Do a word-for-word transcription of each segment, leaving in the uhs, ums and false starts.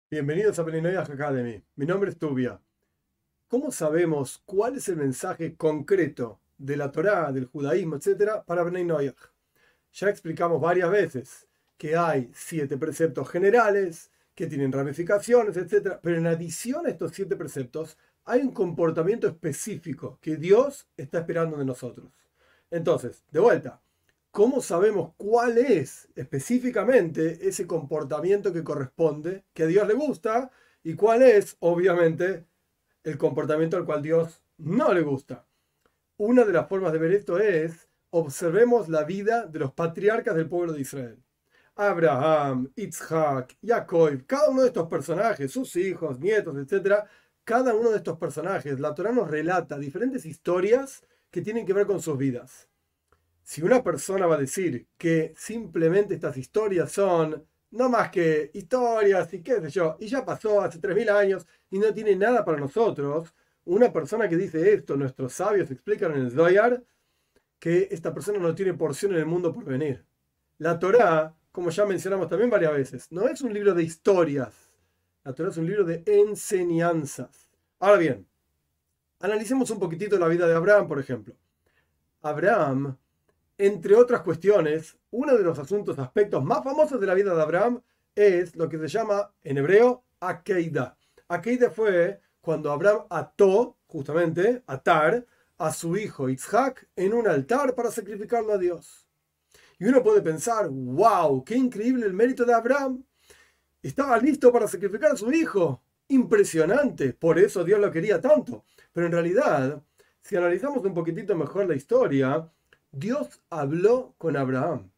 Bienvenidos a Beninoyah Academy. Mi nombre es Tubia. ¿Cómo sabemos cuál es el mensaje concreto de la Torá, del judaísmo, etcétera, para Bnei Noyaj? Ya explicamos varias veces que hay siete preceptos generales que tienen ramificaciones, etcétera, pero en adición a estos siete preceptos hay un comportamiento específico que Dios está esperando de nosotros. Entonces, de vuelta, ¿cómo sabemos cuál es específicamente ese comportamiento que corresponde, que a Dios le gusta, y cuál es, obviamente, el comportamiento al cual Dios no le gusta? Una de las formas de ver esto es: observemos la vida de los patriarcas del pueblo de Israel. Abraham, Isaac, Jacob, cada uno de estos personajes, sus hijos, nietos, etcétera, cada uno de estos personajes, la Torá nos relata diferentes historias que tienen que ver con sus vidas. Si una persona va a decir que simplemente estas historias son no más que historias y qué sé yo, y ya pasó hace tres mil años y no tiene nada para nosotros, una persona que dice esto, nuestros sabios explican en el Zohar que esta persona no tiene porción en el mundo por venir. La Torá, como ya mencionamos también varias veces, no es un libro de historias. La Torá es un libro de enseñanzas. Ahora bien, analicemos un poquitito la vida de Abraham, por ejemplo. Abraham, entre otras cuestiones, uno de los asuntos, aspectos más famosos de la vida de Abraham es lo que se llama en hebreo Akeida. Akeida fue cuando Abraham ató, justamente, atar a su hijo Isaac en un altar para sacrificarlo a Dios. Y uno puede pensar: wow, qué increíble el mérito de Abraham. Estaba listo para sacrificar a su hijo. Impresionante, por eso Dios lo quería tanto. Pero en realidad, si analizamos un poquitito mejor la historia, Dios habló con Abraham.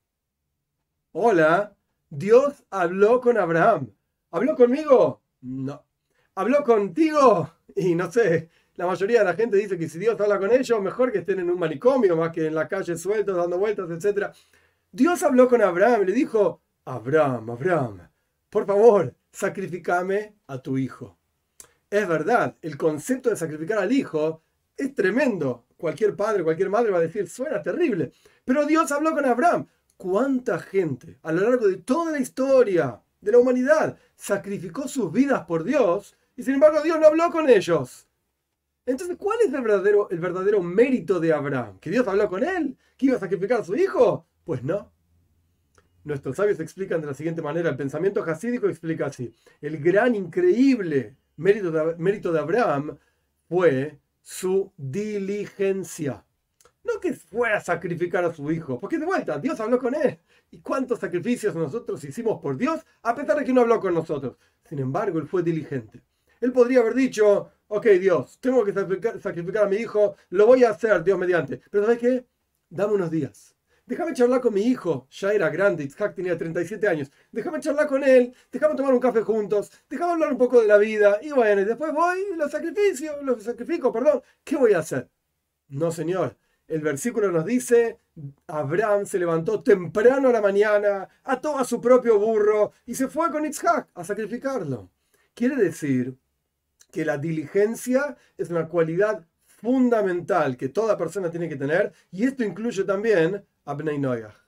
Hola, Dios habló con Abraham. ¿Habló conmigo? No. ¿Habló contigo? Y no sé, la mayoría de la gente dice que si Dios habla con ellos, mejor que estén en un manicomio, más que en la calle sueltos, dando vueltas, etcétera. Dios habló con Abraham y le dijo: Abraham, Abraham, por favor, sacrificame a tu hijo. Es verdad, el concepto de sacrificar al hijo es tremendo. Cualquier padre, cualquier madre va a decir: suena terrible. Pero Dios habló con Abraham. ¿Cuánta gente a lo largo de toda la historia de la humanidad sacrificó sus vidas por Dios y sin embargo Dios no habló con ellos? Entonces, ¿cuál es el verdadero, el verdadero mérito de Abraham? ¿Que Dios habló con él? ¿Que iba a sacrificar a su hijo? Pues no. Nuestros sabios explican de la siguiente manera. El pensamiento jasídico explica así: el gran, increíble mérito de, mérito de Abraham fue su diligencia. No que fue a sacrificar a su hijo, porque de vuelta, Dios habló con él. ¿Y cuántos sacrificios nosotros hicimos por Dios, a pesar de que no habló con nosotros? Sin embargo, él fue diligente. Él podría haber dicho: ok, Dios, tengo que sacrificar, sacrificar a mi hijo, lo voy a hacer, Dios mediante. Pero ¿sabes qué? Dame unos días. Déjame charlar con mi hijo. Ya era grande, Isaac tenía treinta y siete años. Déjame charlar con él, déjame tomar un café juntos, déjame hablar un poco de la vida. Y bueno, y después voy y lo sacrificio, lo sacrifico, perdón. ¿Qué voy a hacer? No, señor. El versículo nos dice: Abraham se levantó temprano a la mañana, ató a su propio burro y se fue con Isaac a sacrificarlo. Quiere decir que la diligencia es una cualidad fundamental que toda persona tiene que tener, y esto incluye también a Bnei Noyaj.